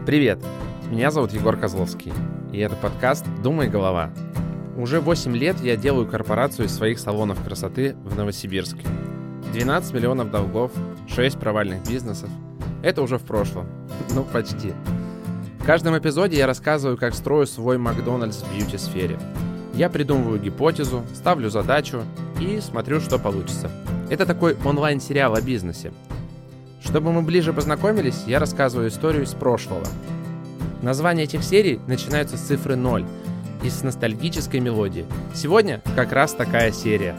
Привет, меня зовут Егор Козловский, и это подкаст «Думай, голова». Уже 8 лет я делаю корпорацию из своих салонов красоты в Новосибирске. 12 миллионов долгов, 6 провальных бизнесов. Это уже в прошлом. Ну, почти. В каждом эпизоде я рассказываю, как строю свой Макдональдс в бьюти-сфере. Я придумываю гипотезу, ставлю задачу и смотрю, что получится. Это такой онлайн-сериал о бизнесе. Чтобы мы ближе познакомились, я рассказываю историю из прошлого. Названия этих серий начинаются с цифры 0 и с ностальгической мелодии. Сегодня как раз такая серия.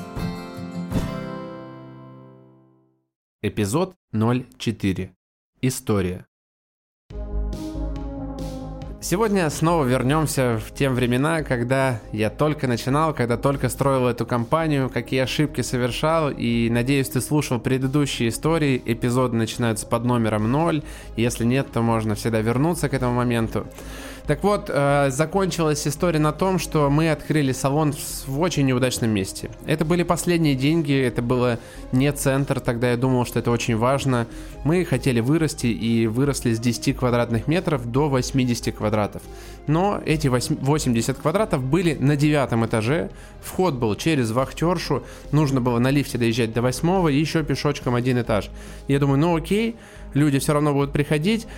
Эпизод 04. История. Сегодня снова вернемся в те времена, когда я только начинал, когда только строил эту компанию, какие ошибки совершал, и надеюсь, ты слушал предыдущие истории, эпизоды начинаются под номером 0, если нет, то можно всегда вернуться к этому моменту. Так вот, закончилась история на том, что мы открыли салон в очень неудачном месте. Это были последние деньги, это было не центр, тогда я думал, что это очень важно. Мы хотели вырасти и выросли с 10 квадратных метров до 80 квадратов. Но эти 80 квадратов были на 9 этаже, вход был через вахтершу, нужно было на лифте доезжать до 8 и еще пешочком 1 этаж. Я думаю, ну окей, люди все равно будут приходить.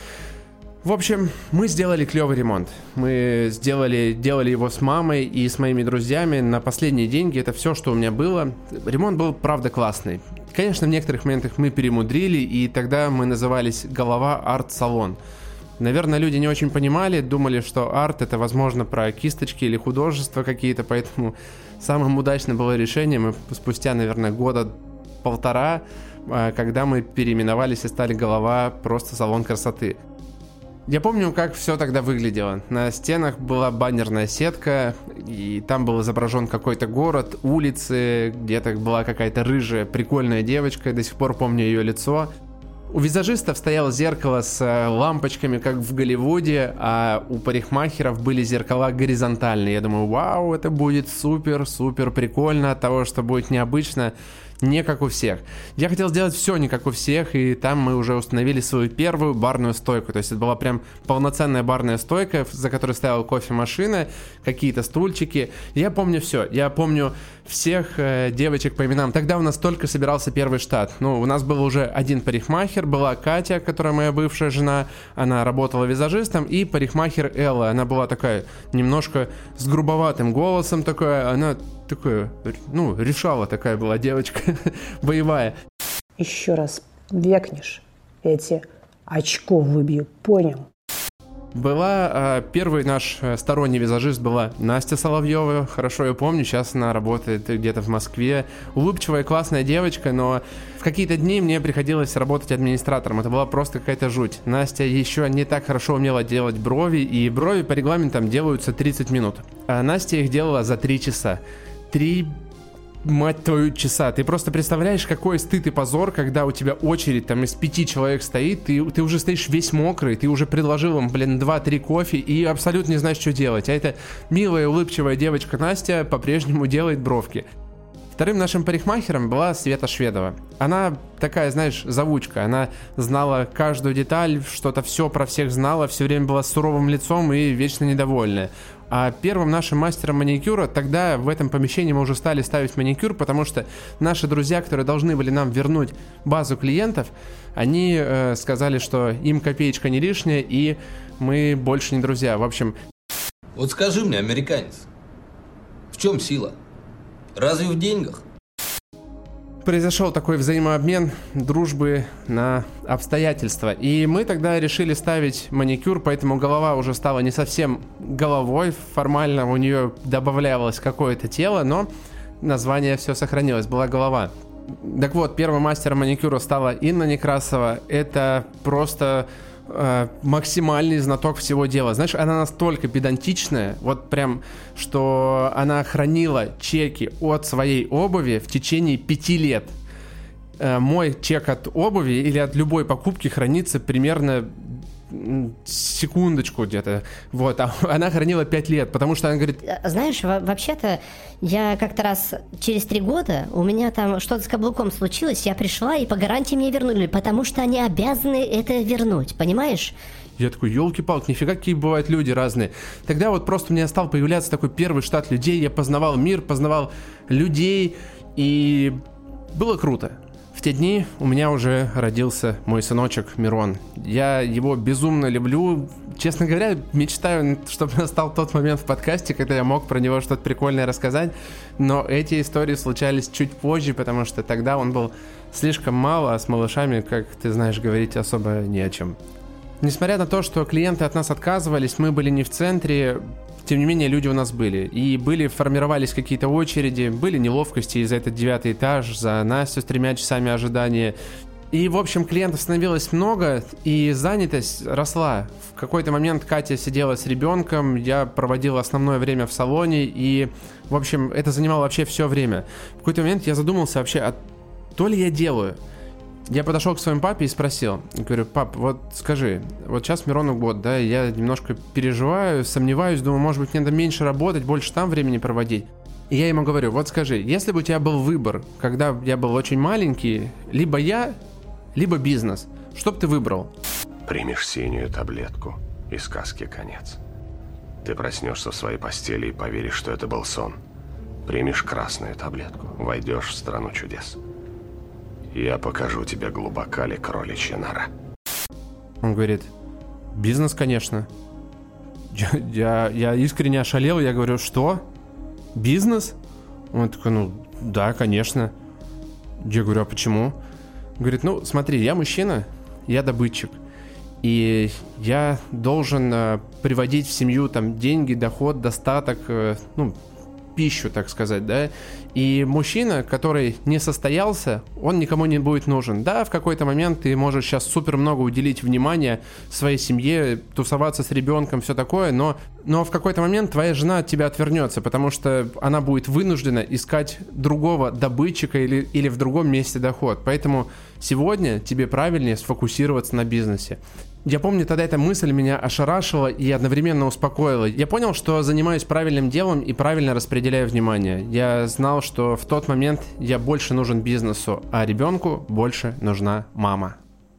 В общем, мы сделали клевый ремонт. Мы делали его с мамой и с моими друзьями на последние деньги. Это все, что у меня было. Ремонт был, правда, классный. Конечно, в некоторых моментах мы перемудрили, и тогда мы назывались «Голова арт-салон». Наверное, люди не очень понимали, думали, что арт — это, возможно, про кисточки или художества какие-то, поэтому самым удачным было решение. Мы спустя, наверное, года полтора, когда мы переименовались и стали «Голова», просто салон красоты. Я помню, как все тогда выглядело. На стенах была баннерная сетка, и там был изображен какой-то город, улицы, где-то была какая-то рыжая, прикольная девочка, до сих пор помню ее лицо. У визажистов стояло зеркало с лампочками, как в Голливуде, а у парикмахеров были зеркала горизонтальные. Я думаю, вау, это будет супер-супер прикольно от того, что будет необычно. Не как у всех. Я хотел сделать все не как у всех, и там мы уже установили свою первую барную стойку. То есть это была прям полноценная барная стойка, за которой стояла кофемашина, какие-то стульчики. Я помню все. Я помню всех девочек по именам. Тогда у нас только собирался первый штат. Ну, у нас был уже один парикмахер, была Катя, которая моя бывшая жена, она работала визажистом, и парикмахер Элла. Она была такая немножко с грубоватым голосом, она такая, решала такая была девочка, боевая. Еще раз векнешь, эти очко выбью, понял? Была первый наш сторонний визажист была Настя Соловьева, хорошо я помню, сейчас она работает где-то в Москве. Улыбчивая, классная девочка, но в какие-то дни мне приходилось работать администратором, это была просто какая-то жуть. Настя еще не так хорошо умела делать брови, и брови по регламентам делаются 30 минут, а Настя их делала за 3 часа. 3, мать твою, часа. Ты просто представляешь, какой стыд и позор, когда у тебя очередь там из 5 человек стоит, ты уже стоишь весь мокрый, ты уже предложил им, 2-3 кофе и абсолютно не знаешь, что делать. А эта милая, улыбчивая девочка Настя по-прежнему делает бровки. Вторым нашим парикмахером была Света Шведова. Она такая, знаешь, завучка. Она знала каждую деталь, что-то все про всех знала, все время была с суровым лицом и вечно недовольная. А первым нашим мастером маникюра, тогда в этом помещении мы уже стали ставить маникюр, потому что наши друзья, которые должны были нам вернуть базу клиентов, они сказали, что им копеечка не лишняя, и мы больше не друзья. В общем... Вот скажи мне, американец, в чем сила? Разве в деньгах? Произошел такой взаимообмен дружбы на обстоятельства. И мы тогда решили ставить маникюр, поэтому голова уже стала не совсем головой. Формально у нее добавлялось какое-то тело, но название все сохранилось, была голова. Так вот, первым мастером маникюра стала Инна Некрасова. Это просто максимальный знаток всего дела. Знаешь, она настолько педантичная, вот прям, что она хранила чеки от своей обуви в течение 5 лет. Мой чек от обуви или от любой покупки хранится примерно секундочку где-то. Вот, а она хранила 5 лет, потому что она говорит... Знаешь, вообще-то я как-то раз через 3 года, у меня там что-то с каблуком случилось, я пришла и по гарантии мне вернули, потому что они обязаны это вернуть, понимаешь? Я такой, елки-палки, нифига, какие бывают люди разные. Тогда вот просто у меня стал появляться такой первый штат людей, я познавал мир, познавал людей, и было круто. В те дни у меня уже родился мой сыночек Мирон. Я его безумно люблю. Честно говоря, мечтаю, чтобы настал тот момент в подкасте, когда я мог про него что-то прикольное рассказать. Но эти истории случались чуть позже, потому что тогда он был слишком мал, а с малышами, как ты знаешь, говорить особо не о чем. Несмотря на то, что клиенты от нас отказывались, мы были не в центре, тем не менее люди у нас были. И формировались какие-то очереди, были неловкости за этот 9-й этаж, за Настю с 3 часами ожидания. И, в общем, клиентов становилось много, и занятость росла. В какой-то момент Катя сидела с ребенком, я проводил основное время в салоне, и, в общем, это занимало вообще все время. В какой-то момент я задумался вообще, а то ли я делаю? Я подошел к своему папе и спросил, говорю, пап, вот скажи, вот сейчас Мирону год, да, я немножко переживаю, сомневаюсь, думаю, может быть, мне надо меньше работать, больше там времени проводить. И я ему говорю, вот скажи, если бы у тебя был выбор, когда я был очень маленький, либо я, либо бизнес, что бы ты выбрал? Примешь синюю таблетку, и сказке конец. Ты проснешься в своей постели и поверишь, что это был сон. Примешь красную таблетку, войдешь в страну чудес. Я покажу тебе, глубока ли кроличья нора. Он говорит, бизнес, конечно. Я искренне ошалел, я говорю, что? Бизнес? Он такой, ну, да, конечно. Я говорю, а почему? Говорит, ну, смотри, я мужчина, я добытчик. И я должен приводить в семью там деньги, доход, достаток, пищу, так сказать, да. И мужчина, который не состоялся, он никому не будет нужен. Да, в какой-то момент ты можешь сейчас супер много уделить внимания своей семье, тусоваться с ребенком, все такое, но в какой-то момент твоя жена от тебя отвернется, потому что она будет вынуждена искать другого добытчика или в другом месте доход. Поэтому сегодня тебе правильнее сфокусироваться на бизнесе. Я помню, тогда эта мысль меня ошарашила и одновременно успокоила. Я понял, что занимаюсь правильным делом и правильно распределяю внимание. Я знал, что в тот момент я больше нужен бизнесу, а ребенку больше нужна мама.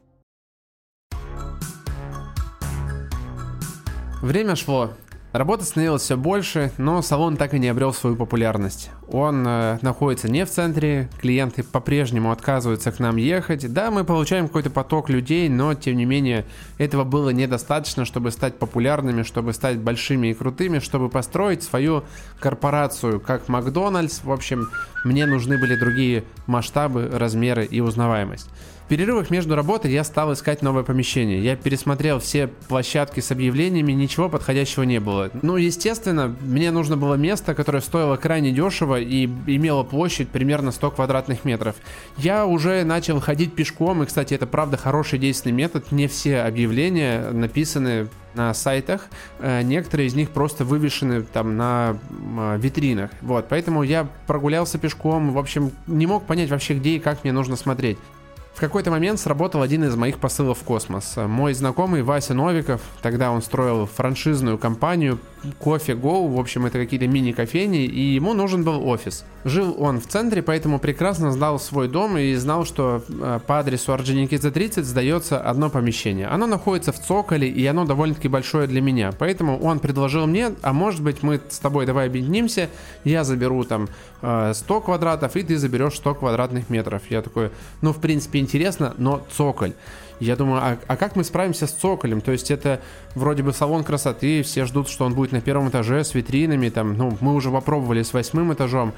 Время шло. Работы становилось все больше, но салон так и не обрел свою популярность. Он находится не в центре, клиенты по-прежнему отказываются к нам ехать. Да, мы получаем какой-то поток людей, но тем не менее этого было недостаточно, чтобы стать популярными, чтобы стать большими и крутыми, чтобы построить свою корпорацию, как Макдональдс. В общем, мне нужны были другие масштабы, размеры и узнаваемость. В перерывах между работой я стал искать новое помещение. Я пересмотрел все площадки с объявлениями, ничего подходящего не было. Ну, естественно, мне нужно было место, которое стоило крайне дешево и имело площадь примерно 100 квадратных метров. Я уже начал ходить пешком, и, кстати, это правда хороший действенный метод. Не все объявления написаны на сайтах, некоторые из них просто вывешены там на витринах. Вот, поэтому я прогулялся пешком, в общем, не мог понять вообще, где и как мне нужно смотреть. В какой-то момент сработал один из моих посылов в космос. Мой знакомый Вася Новиков, тогда он строил франшизную компанию Coffee Go, в общем, это какие-то мини-кофейни, и ему нужен был офис. Жил он в центре, поэтому прекрасно знал свой дом и знал, что по адресу Орджоникидзе 30 сдается одно помещение. Оно находится в Цоколе, и оно довольно-таки большое для меня. Поэтому он предложил мне, а может быть мы с тобой давай объединимся, я заберу там 100 квадратов, и ты заберешь 100 квадратных метров. Я такой, ну, в принципе, интересно, но Цоколь. Я думаю, а как мы справимся с Цоколем? То есть это вроде бы салон красоты, все ждут, что он будет на первом этаже с витринами, там, ну, мы уже попробовали с 8 этажом.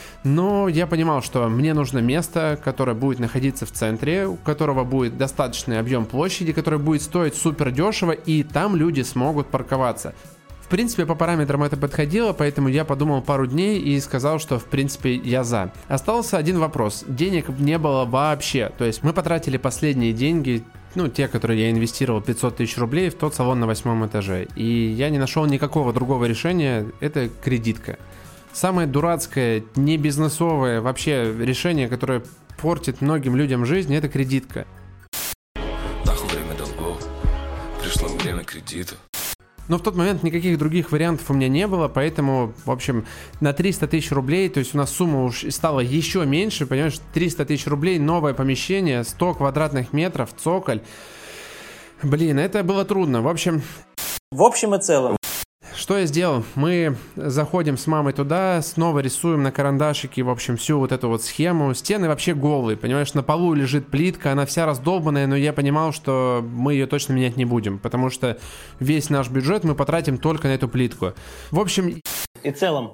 Но я понимал, что мне нужно место, которое будет находиться в центре, у которого будет достаточный объем площади, которое будет стоить супер дешево, и там люди смогут парковаться. В принципе, по параметрам это подходило, поэтому я подумал пару дней и сказал, что в принципе я за. Остался один вопрос. Денег не было вообще. То есть мы потратили последние деньги, ну, те, которые я инвестировал, 500 тысяч рублей в тот салон на 8 этаже. И я не нашел никакого другого решения. Это кредитка. Самое дурацкое, не бизнесовое вообще решение, которое портит многим людям жизнь, это кредитка. Нахуй время долгов. Пришло время кредита. Но в тот момент никаких других вариантов у меня не было, поэтому, в общем, на 300 тысяч рублей, то есть у нас сумма уж стала еще меньше, понимаешь, 300 тысяч рублей, новое помещение, 100 квадратных метров, Цоколь. Блин, это было трудно. В общем и целом. Что я сделал? Мы заходим с мамой туда, снова рисуем на карандашике, в общем, всю вот эту вот схему. Стены вообще голые, понимаешь, на полу лежит плитка, она вся раздолбанная, но я понимал, что мы ее точно менять не будем, потому что весь наш бюджет мы потратим только на эту плитку. В общем... И целом.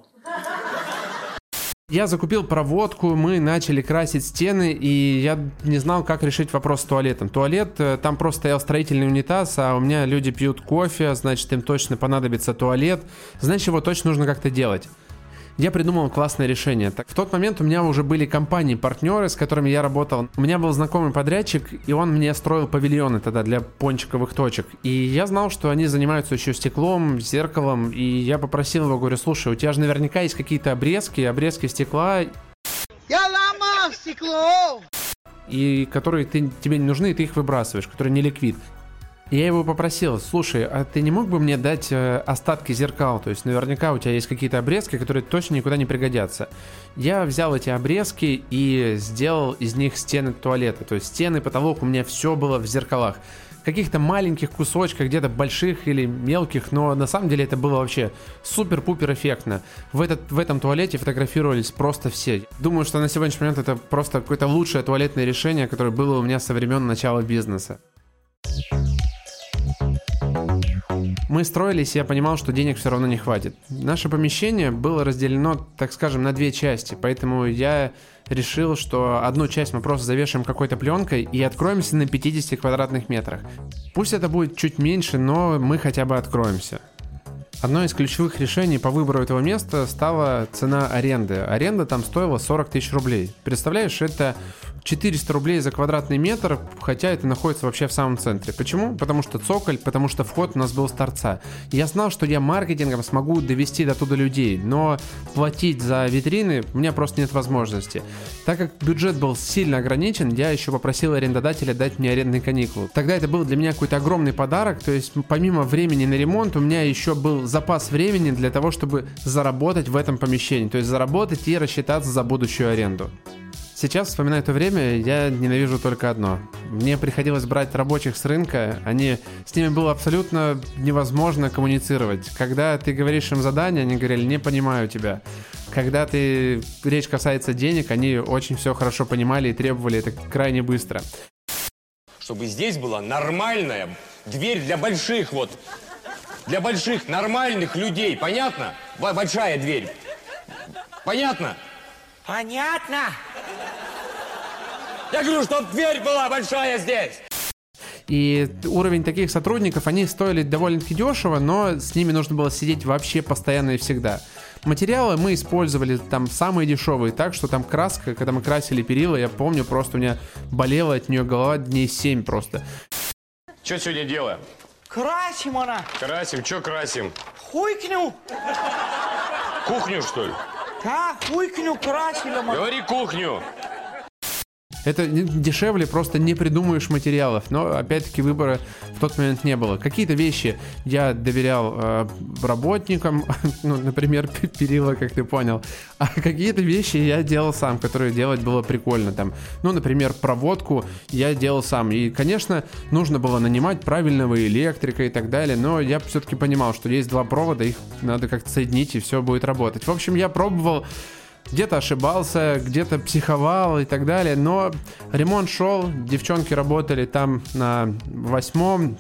Я закупил проводку, мы начали красить стены, и я не знал, как решить вопрос с туалетом. Туалет, там просто стоял строительный унитаз, а у меня люди пьют кофе, значит, им точно понадобится туалет, значит, его точно нужно как-то делать. Я придумал классное решение. В тот момент у меня уже были компании-партнеры, с которыми я работал. У меня был знакомый подрядчик, и он мне строил павильоны тогда для пончиковых точек. И я знал, что они занимаются еще стеклом, зеркалом, и я попросил его, говорю, слушай, у тебя же наверняка есть какие-то обрезки стекла. Я ломал стекло! И которые тебе не нужны, и ты их выбрасываешь, которые не ликвид. И я его попросил, слушай, а ты не мог бы мне дать остатки зеркал? То есть наверняка у тебя есть какие-то обрезки, которые точно никуда не пригодятся. Я взял эти обрезки и сделал из них стены туалета. То есть стены, потолок, у меня все было в зеркалах. Каких-то маленьких кусочках, где-то больших или мелких, но на самом деле это было вообще супер-пупер эффектно. В этом туалете фотографировались просто все. Думаю, что на сегодняшний момент это просто какое-то лучшее туалетное решение, которое было у меня со времен начала бизнеса. Мы строились, и я понимал, что денег все равно не хватит. Наше помещение было разделено, так скажем, на две части, поэтому я решил, что одну часть мы просто завешаем какой-то пленкой и откроемся на 50 квадратных метрах. Пусть это будет чуть меньше, но мы хотя бы откроемся. Одно из ключевых решений по выбору этого места стала цена аренды. Аренда там стоила 40 тысяч рублей. Представляешь, это 400 рублей за квадратный метр, хотя это находится вообще в самом центре. Почему? Потому что цоколь, потому что вход у нас был с торца. Я знал, что я маркетингом смогу довести до туда людей, но платить за витрины у меня просто нет возможности. Так как бюджет был сильно ограничен, я еще попросил арендодателя дать мне арендные каникулы. Тогда это был для меня какой-то огромный подарок, то есть помимо времени на ремонт у меня еще был запас времени для того, чтобы заработать в этом помещении, то есть заработать и рассчитаться за будущую аренду. Сейчас, вспоминая то время, я ненавижу только одно. Мне приходилось брать рабочих с рынка, с ними было абсолютно невозможно коммуницировать. Когда ты говоришь им задание, они говорили, не понимаю тебя. Когда речь касается денег, они очень все хорошо понимали и требовали это крайне быстро. Чтобы здесь была нормальная дверь для больших для больших нормальных людей, понятно? Большая дверь. Понятно? Понятно. Я говорю, чтобы дверь была большая здесь. И уровень таких сотрудников, они стоили довольно-таки дешево, но с ними нужно было сидеть вообще постоянно и всегда. Материалы мы использовали там самые дешевые, так что там краска, когда мы красили перила, я помню, просто у меня болела от нее голова дней 7 просто. Что сегодня делаем? Красим она. Красим, что красим? Хуйкню. Кухню, что ли? Да, хуйкню красили. Говори кухню. Это дешевле, просто не придумаешь материалов, но опять-таки выбора в тот момент не было. Какие-то вещи я доверял работникам, ну, например, перила, как ты понял, а какие-то вещи я делал сам, которые делать было прикольно. Там, ну, например, проводку я делал сам. И, конечно, нужно было нанимать правильного электрика и так далее, но я все-таки понимал, что есть два провода, их надо как-то соединить, и все будет работать. В общем, я пробовал. Где-то ошибался, где-то психовал и так далее, но ремонт шел, девчонки работали там на 8-м.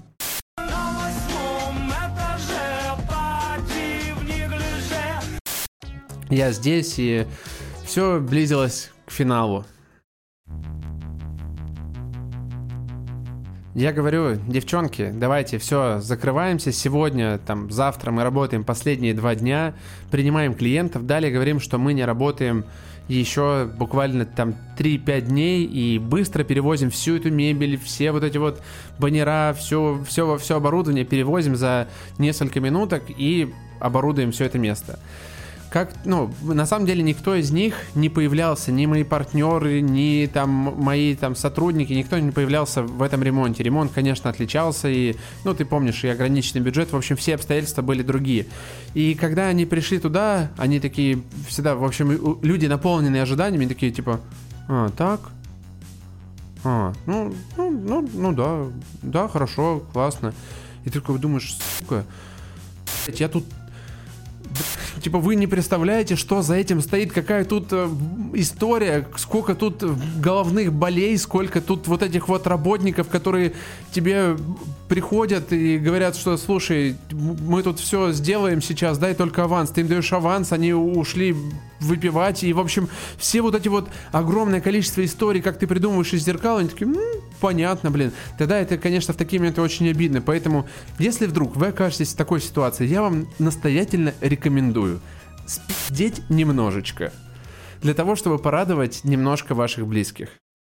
Я здесь, и все близилось к финалу. Я говорю, девчонки, давайте, все, закрываемся сегодня, там, завтра мы работаем последние 2 дня, принимаем клиентов, далее говорим, что мы не работаем еще буквально там 3-5 дней и быстро перевозим всю эту мебель, все вот эти вот баннера, все оборудование перевозим за несколько минуток и оборудуем все это место. На самом деле никто из них не появлялся, ни мои партнеры, ни там мои там сотрудники, никто не появлялся в этом ремонте. Ремонт, конечно, отличался, и, ты помнишь, и ограниченный бюджет, в общем, все обстоятельства были другие. И когда они пришли туда, они такие всегда, в общем, люди, наполненные ожиданиями, такие типа, так? да, хорошо, классно. И ты такой думаешь, сука, я тут... Типа вы не представляете, что за этим стоит, какая тут история, сколько тут головных болей, сколько тут вот этих вот работников, которые тебе приходят и говорят, что слушай, мы тут все сделаем сейчас, дай только аванс. Ты им даешь аванс, они ушли выпивать, и в общем все вот эти вот огромное количество историй, как ты придумываешь из зеркала, они такие, понятно, блин. Тогда это, конечно, в такие моменты очень обидно. Поэтому, если вдруг вы окажетесь в такой ситуации, я вам настоятельно рекомендую спиздеть немножечко, для того, чтобы порадовать немножко ваших близких.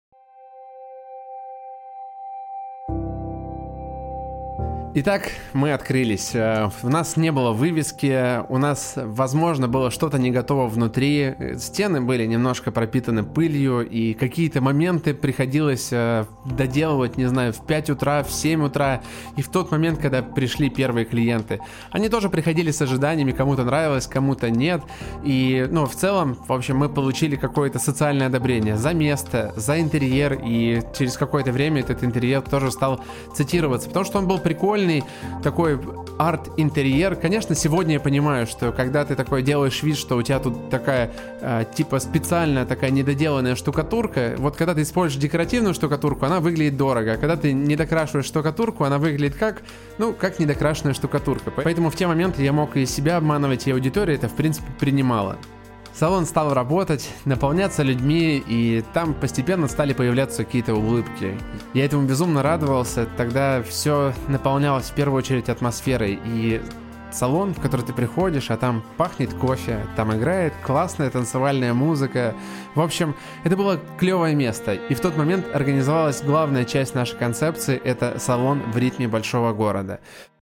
Итак, мы открылись. У нас не было вывески, у нас, возможно, было что-то не готово внутри. Стены были немножко пропитаны пылью, и какие-то моменты приходилось доделывать, не знаю, в 5 утра, в 7 утра. И в тот момент, когда пришли первые клиенты, они тоже приходили с ожиданиями, кому-то нравилось, кому-то нет. И, в целом, в общем, мы получили какое-то социальное одобрение за место, за интерьер, и через какое-то время этот интерьер тоже стал цитироваться, потому что он был прикольный, такой арт-интерьер. Конечно, сегодня я понимаю, что когда ты такой делаешь вид, что у тебя тут такая типа специальная такая недоделанная штукатурка, вот когда ты используешь декоративную штукатурку, она выглядит дорого, а когда ты не докрашиваешь штукатурку, она выглядит как недокрашенная штукатурка. Поэтому в те моменты я мог и себя обманывать, и аудитория это в принципе принимала. Салон стал работать, наполняться людьми, и там постепенно стали появляться какие-то улыбки. Я этому безумно радовался, тогда все наполнялось в первую очередь атмосферой, и салон, в который ты приходишь, а там пахнет кофе, там играет классная танцевальная музыка. В общем, это было клевое место, и в тот момент организовалась главная часть нашей концепции, это салон в ритме большого города.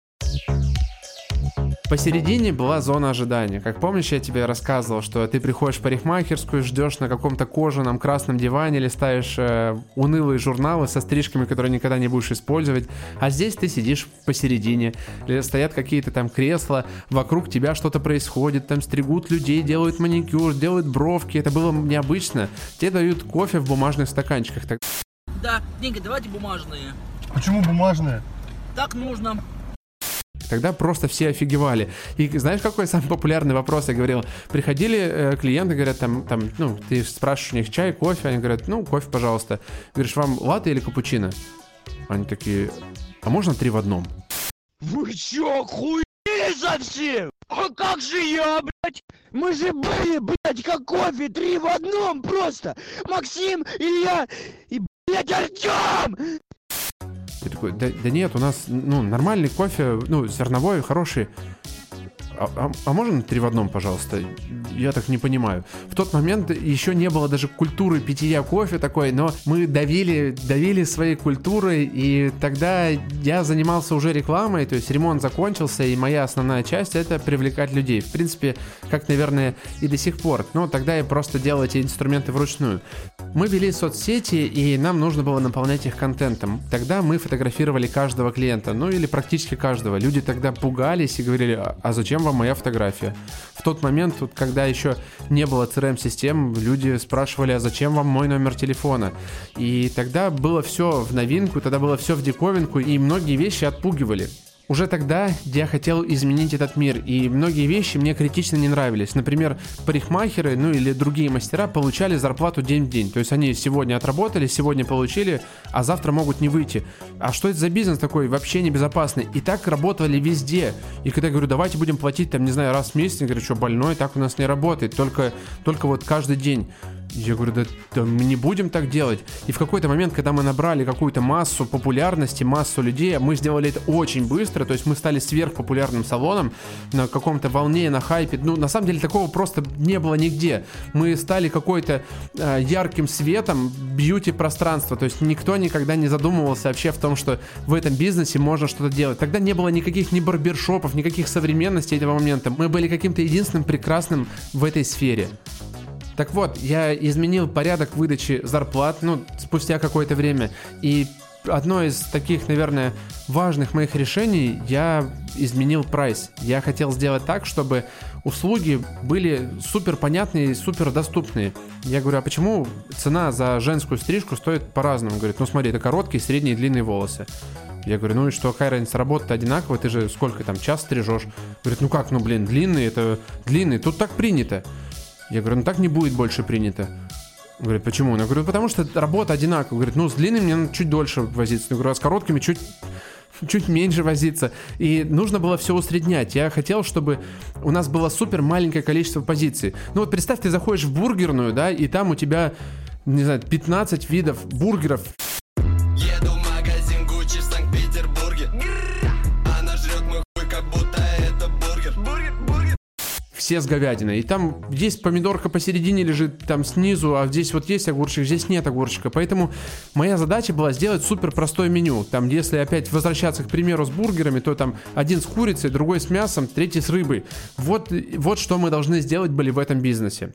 Посередине была зона ожидания. Как помнишь, я тебе рассказывал, что ты приходишь в парикмахерскую, ждешь на каком-то кожаном красном диване, листаешь унылые журналы со стрижками, которые никогда не будешь использовать, а здесь ты сидишь посередине, стоят какие-то там кресла, вокруг тебя что-то происходит, там стригут людей, делают маникюр, делают бровки, это было необычно. Тебе дают кофе в бумажных стаканчиках. Да, деньги давайте бумажные. Почему бумажные? Так нужно. Тогда просто все офигевали. И знаешь, какой самый популярный вопрос? Я говорил, приходили клиенты, говорят, ты спрашиваешь у них чай, кофе, они говорят, кофе, пожалуйста. Говоришь, вам латте или капучино? Они такие, а можно 3 в одном? Вы чё, охуели совсем? А как же я, блядь? Мы же были, блядь, как кофе, 3 в одном просто. Максим, Илья и, блядь, Артём! Я такой, да нет, у нас, нормальный кофе, зерновой, хороший. А можно 3 в одном, пожалуйста? Я так не понимаю. В тот момент еще не было даже культуры питья кофе такой, но мы давили своей культурой, и тогда я занимался уже рекламой, то есть ремонт закончился, и моя основная часть — это привлекать людей. В принципе, как, наверное, и до сих пор. Но тогда я просто делал эти инструменты вручную. Мы вели соцсети, и нам нужно было наполнять их контентом. Тогда мы фотографировали каждого клиента, или практически каждого. Люди тогда пугались и говорили, а зачем вам моя фотография? В тот момент, когда еще не было CRM-систем, люди спрашивали, а зачем вам мой номер телефона? И тогда было все в новинку, тогда было все в диковинку, и многие вещи отпугивали. Уже тогда я хотел изменить этот мир, и многие вещи мне критично не нравились. Например, парикмахеры, или другие мастера получали зарплату день в день. То есть они сегодня отработали, сегодня получили, а завтра могут не выйти. А что это за бизнес такой, вообще небезопасный? И так работали везде. И когда я говорю, давайте будем платить, раз в месяц, я говорю, что больной, так у нас не работает, только вот каждый день. Я говорю, да мы не будем так делать. И в какой-то момент, когда мы набрали какую-то массу популярности, массу людей, мы сделали это очень быстро, то есть мы стали сверхпопулярным салоном на каком-то волне, на хайпе. На самом деле такого просто не было нигде. Мы стали какой-то ярким светом бьюти-пространства, то есть никто никогда не задумывался вообще в том, что в этом бизнесе можно что-то делать. Тогда не было никаких ни барбершопов, никаких современностей этого момента. Мы были каким-то единственным прекрасным в этой сфере. Так вот, я изменил порядок выдачи зарплат, спустя какое-то время, и одно из таких, наверное, важных моих решений, я изменил прайс. Я хотел сделать так, чтобы услуги были супер понятные и супер доступные. Я говорю, а почему цена за женскую стрижку стоит по-разному? Говорит, ну смотри, это короткие, средние и длинные волосы. Я говорю, ну и что, какая разница, работа одинаковая, ты же сколько там, час стрижешь? Говорит, ну как, ну блин, длинные, это длинные, тут так принято. Я говорю, ну так не будет больше принято. Говорит, почему? Я говорю, потому что работа одинаковая. Говорит, ну с длинными мне надо чуть дольше возиться. Я говорю, а с короткими чуть меньше возиться. И нужно было все усреднять. Я хотел, чтобы у нас было супер маленькое количество позиций. Ну вот представь, ты заходишь в бургерную, да, и там у тебя, не знаю, 15 видов бургеров. Еду в магазин Гуччи в Санкт-Петербурге. Она жрет мой хуй, как будто это бургер. Все с говядиной. И там есть помидорка посередине лежит, там снизу, а здесь вот есть огурчик, здесь нет огурчика. Поэтому моя задача была сделать супер простое меню. Там, если опять возвращаться, к примеру, с бургерами, то там один с курицей, другой с мясом, третий с рыбой. Вот что мы должны сделать были в этом бизнесе.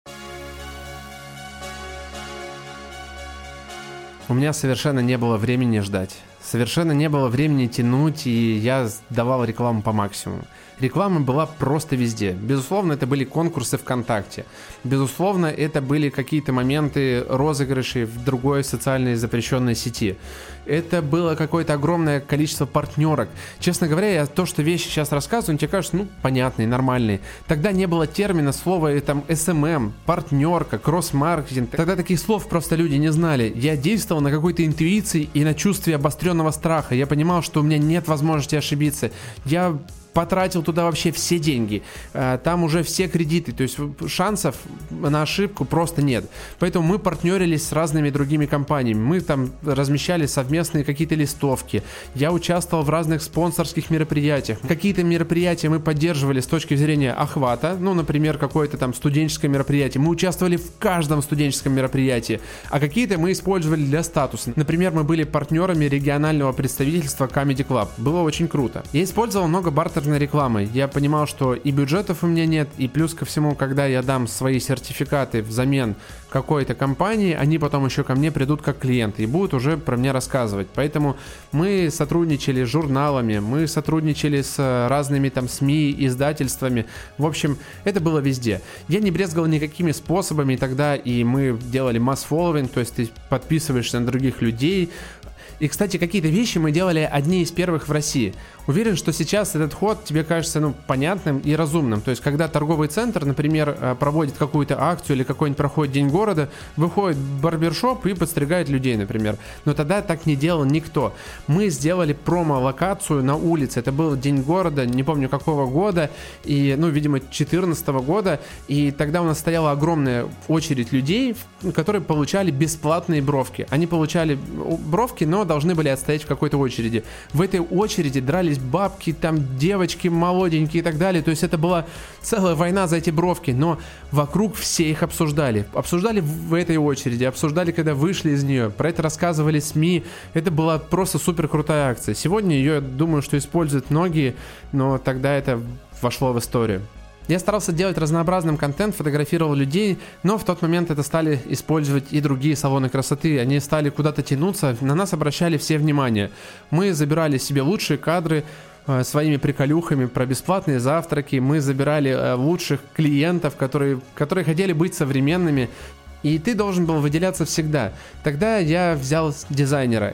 У меня совершенно не было времени ждать. Совершенно не было времени тянуть, и я давал рекламу по максимуму. Реклама была просто везде. Безусловно, это были конкурсы ВКонтакте. Безусловно, это были какие-то моменты розыгрышей в другой социальной запрещенной сети. Это было какое-то огромное количество партнерок. Честно говоря, то, что вещи сейчас рассказываю, тебе кажется, ну, понятные, нормальные. Тогда не было термина, слова, там, SMM, партнерка, кросс-маркетинг. Тогда таких слов просто люди не знали. Я действовал на какой-то интуиции и на чувстве обостренного страха. Я понимал, что у меня нет возможности ошибиться. Я потратил туда вообще все деньги, там уже все кредиты, то есть шансов на ошибку просто нет. Поэтому мы партнерились с разными другими компаниями, мы там размещали совместные какие-то листовки, я участвовал в разных спонсорских мероприятиях. Какие-то мероприятия мы поддерживали с точки зрения охвата, ну, например, какое-то там студенческое мероприятие, мы участвовали в каждом студенческом мероприятии, а какие-то мы использовали для статуса. Например, мы были партнерами регионального представительства Comedy Club, было очень круто. Я использовал много бартерной рекламы. Я понимал, что и бюджетов у меня нет, и плюс ко всему, когда я дам свои сертификаты взамен какой-то компании, они потом еще ко мне придут как клиенты и будут уже про меня рассказывать. Поэтому мы сотрудничали с журналами, мы сотрудничали с разными там СМИ, издательствами. В общем, это было везде. Я не брезговал никакими способами тогда, и мы делали масс-фолловинг, то есть ты подписываешься на других людей. И, кстати, какие-то вещи мы делали одни из первых в России. Уверен, что сейчас этот ход тебе кажется, ну, понятным и разумным. То есть, когда торговый центр, например, проводит какую-то акцию или какой-нибудь проходит День города, выходит барбершоп и подстригает людей, например. Но тогда так не делал никто. Мы сделали промо-локацию на улице. Это был День города, не помню какого года, и, ну, видимо, 2014 года. И тогда у нас стояла огромная очередь людей, которые получали бесплатные бровки. Они получали бровки, но должны были отстоять в какой-то очереди. В этой очереди дрались бабки, там девочки молоденькие и так далее. То есть это была целая война за эти бровки, но вокруг все их обсуждали. Обсуждали в этой очереди, обсуждали, когда вышли из нее. Про это рассказывали СМИ. Это была просто супер крутая акция. Сегодня ее, думаю, что используют многие, но тогда это вошло в историю. Я старался делать разнообразным контент, фотографировал людей, но в тот момент это стали использовать и другие салоны красоты. Они стали куда-то тянуться, на нас обращали все внимание. Мы забирали себе лучшие кадры своими приколюхами про бесплатные завтраки. Мы забирали лучших клиентов, которые хотели быть современными. И ты должен был выделяться всегда. Тогда я взял дизайнера.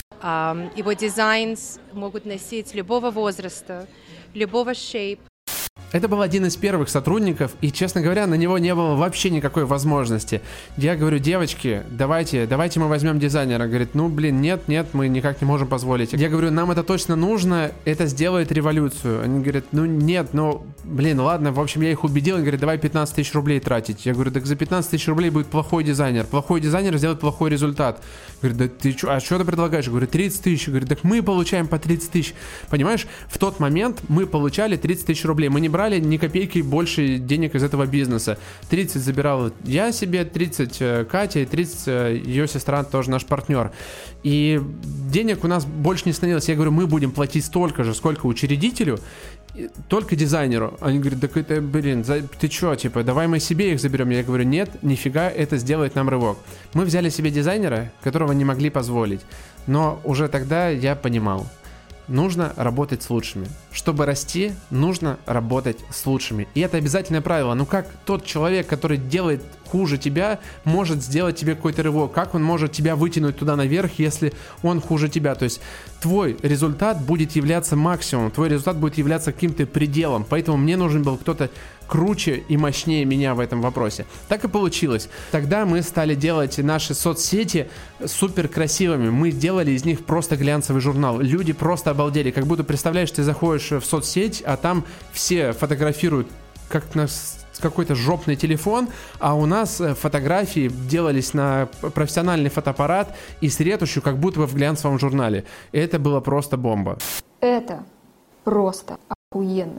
Его дизайн могут носить любого возраста, любого шейпа. Это был один из первых сотрудников, и, честно говоря, на него не было вообще никакой возможности. Я говорю, девочки, давайте мы возьмем дизайнера. Говорит, ну, блин, нет, мы никак не можем позволить. Я говорю, нам это точно нужно, это сделает революцию. Они говорят, ну, нет, ну, блин, ладно, в общем, я их убедил. Они говорят, давай 15 тысяч рублей тратить. Я говорю, так за 15 тысяч рублей будет плохой дизайнер. Плохой дизайнер сделает плохой результат. Говорит, да ты что, а что ты предлагаешь? Я говорю, 30 тысяч. Я говорю, так мы получаем по 30 тысяч. Понимаешь, в тот момент мы получали 30 тысяч рублей. Мы не брали ни копейки больше денег из этого бизнеса. 30 забирал я себе, 30 Катя и 30 ее сестра, тоже наш партнер. И денег у нас больше не становилось. Я говорю, мы будем платить столько же, сколько учредителю, только дизайнеру. Они говорят, так это, блин, ты чё, типа, давай мы себе их заберем. Я говорю, нет, нифига, это сделает нам рывок. Мы взяли себе дизайнера, которого не могли позволить. Но уже тогда я понимал, нужно работать с лучшими. Чтобы расти, нужно работать с лучшими. И это обязательное правило. Ну как тот человек, который делает хуже тебя, может сделать тебе какой-то рывок? Как он может тебя вытянуть туда наверх, если он хуже тебя? То есть твой результат будет являться максимумом, твой результат будет являться каким-то пределом. Поэтому мне нужен был кто-то круче и мощнее меня в этом вопросе. Так и получилось. Тогда мы стали делать наши соцсети супер красивыми. Мы делали из них просто глянцевый журнал. Люди просто обалдели. Как будто, представляешь, ты заходишь в соцсеть, а там все фотографируют как на какой-то жопный телефон, а у нас фотографии делались на профессиональный фотоаппарат и с ретушью, как будто бы в глянцевом журнале. Это было просто бомба. Это просто охуенно.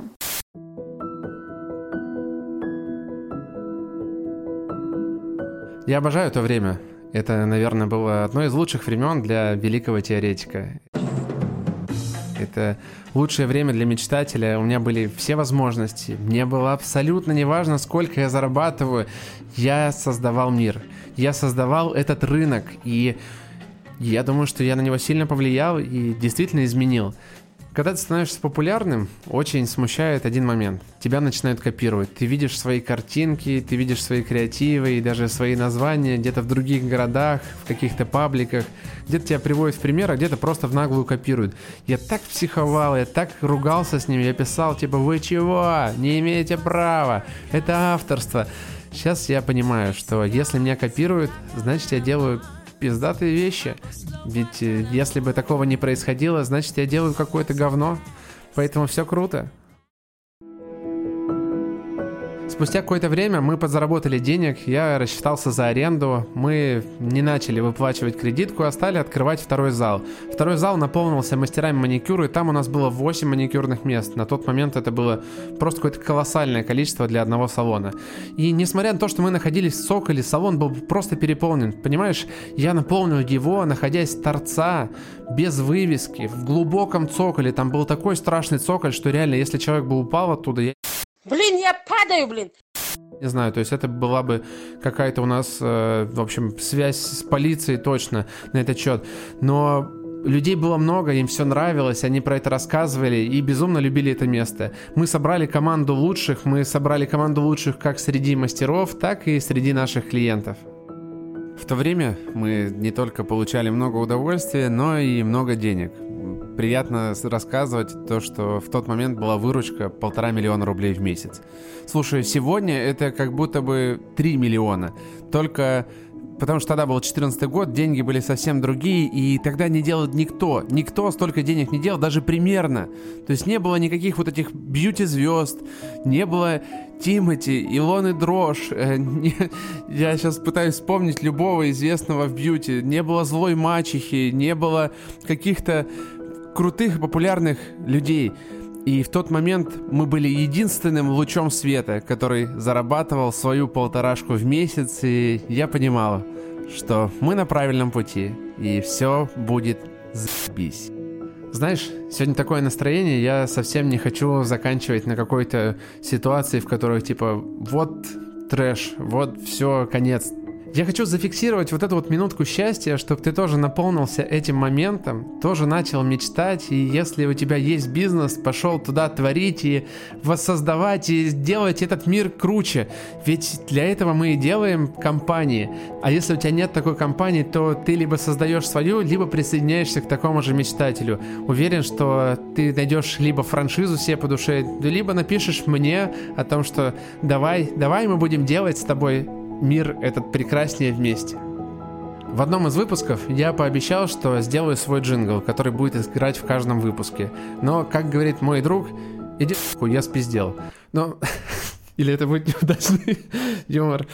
Я обожаю то время. Это, наверное, было одно из лучших времен для великого теоретика. Это лучшее время для мечтателя. У меня были все возможности. Мне было абсолютно неважно, сколько я зарабатываю. Я создавал мир. Я создавал этот рынок. И я думаю, что я на него сильно повлиял и действительно изменил. Когда ты становишься популярным, очень смущает один момент. Тебя начинают копировать. Ты видишь свои картинки, ты видишь свои креативы и даже свои названия где-то в других городах, в каких-то пабликах. Где-то тебя приводят в пример, а где-то просто в наглую копируют. Я так психовал, я так ругался с ними, я писал типа: вы чего? Не имеете права. Это авторство. Сейчас я понимаю, что если меня копируют, значит я делаю пиздатые вещи. Ведь если бы такого не происходило, значит я делаю какое-то говно. Поэтому все круто. Спустя какое-то время мы подзаработали денег, я рассчитался за аренду, мы не начали выплачивать кредитку, а стали открывать второй зал. Второй зал наполнился мастерами маникюра, и там у нас было 8 маникюрных мест. На тот момент это было просто какое-то колоссальное количество для одного салона. И несмотря на то, что мы находились в цоколе, салон был просто переполнен. Понимаешь, я наполнил его, находясь с торца, без вывески, в глубоком цоколе. Там был такой страшный цоколь, что реально, если человек бы упал оттуда, Блин, я падаю, блин! Не знаю, то есть это была бы какая-то у нас, в общем, связь с полицией точно на этот счет. Но людей было много, им все нравилось, они про это рассказывали и безумно любили это место. Мы собрали команду лучших как среди мастеров, так и среди наших клиентов. В то время мы не только получали много удовольствия, но и много денег. Приятно рассказывать то, что в тот момент была выручка 1,5 миллиона рублей в месяц. Слушай, сегодня это как будто бы 3 миллиона. Только потому что тогда был 2014 год, деньги были совсем другие, и тогда не делал никто. Никто столько денег не делал, даже примерно. То есть не было никаких вот этих бьюти-звезд, не было Тимати, Илоны Дрожь. Я сейчас пытаюсь вспомнить любого известного в бьюти. Не было злой мачехи, не было каких-то крутых, популярных людей. И в тот момент мы были единственным лучом света, который зарабатывал свою 1,5 в месяц, и я понимал, что мы на правильном пути, и все будет заебись. Знаешь, сегодня такое настроение, я совсем не хочу заканчивать на какой-то ситуации, в которой типа вот трэш, вот все, конец. Я хочу зафиксировать вот эту вот минутку счастья, чтобы ты тоже наполнился этим моментом, тоже начал мечтать, и если у тебя есть бизнес, пошел туда творить и воссоздавать, и делать этот мир круче. Ведь для этого мы и делаем компании. А если у тебя нет такой компании, то ты либо создаешь свою, либо присоединяешься к такому же мечтателю. Уверен, что ты найдешь либо франшизу себе по душе, либо напишешь мне о том, что давай мы будем делать с тобой мир этот прекраснее вместе. В одном из выпусков я пообещал, что сделаю свой джингл, который будет играть в каждом выпуске. Но, как говорит мой друг, иди нахуй, я спиздел. Но... Или это будет неудачный юмор.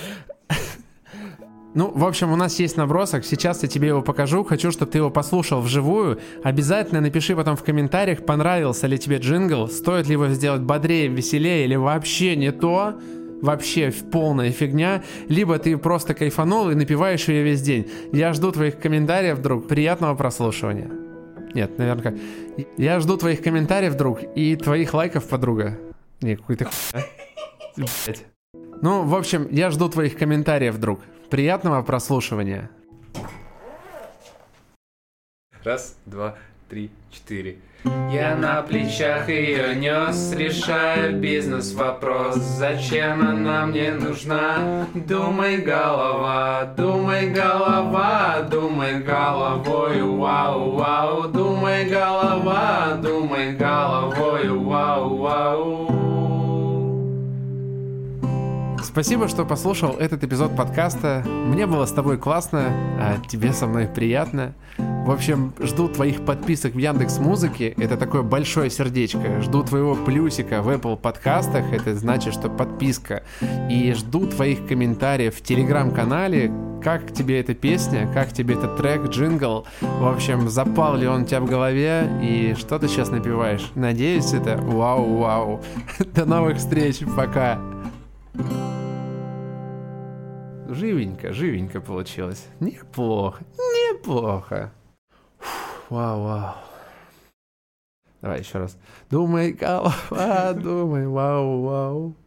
Ну, в общем, у нас есть набросок, сейчас я тебе его покажу, хочу, чтобы ты его послушал вживую. Обязательно напиши потом в комментариях, понравился ли тебе джингл, стоит ли его сделать бодрее, веселее или вообще не то. Вообще полная фигня, либо ты просто кайфанул и напиваешь ее весь день. Я жду твоих комментариев, друг. Приятного прослушивания. Нет, наверное, как. Я жду твоих комментариев, друг, и твоих лайков, подруга. Не, какой-то блять. Ну, в общем, я жду твоих комментариев, друг. Приятного прослушивания. 1, 2, 3, 4. Я на плечах ее нес, решая бизнес-вопрос. Зачем она мне нужна? Думай, голова, думай, голова, думай головой, вау, вау. Думай, голова, думай головой, вау, вау. Спасибо, что послушал этот эпизод подкаста. Мне было с тобой классно, а тебе со мной приятно. В общем, жду твоих подписок в Яндекс.Музыке. Это такое большое сердечко. Жду твоего плюсика в Apple подкастах. Это значит, что подписка. И жду твоих комментариев в Телеграм-канале. Как тебе эта песня, как тебе этот трек, джингл. В общем, запал ли он у тебя в голове и что ты сейчас напеваешь. Надеюсь, это вау-вау. До новых встреч, пока. Живенько получилось. Неплохо. Вау. Давай еще раз. Думай, голова, думай, вау.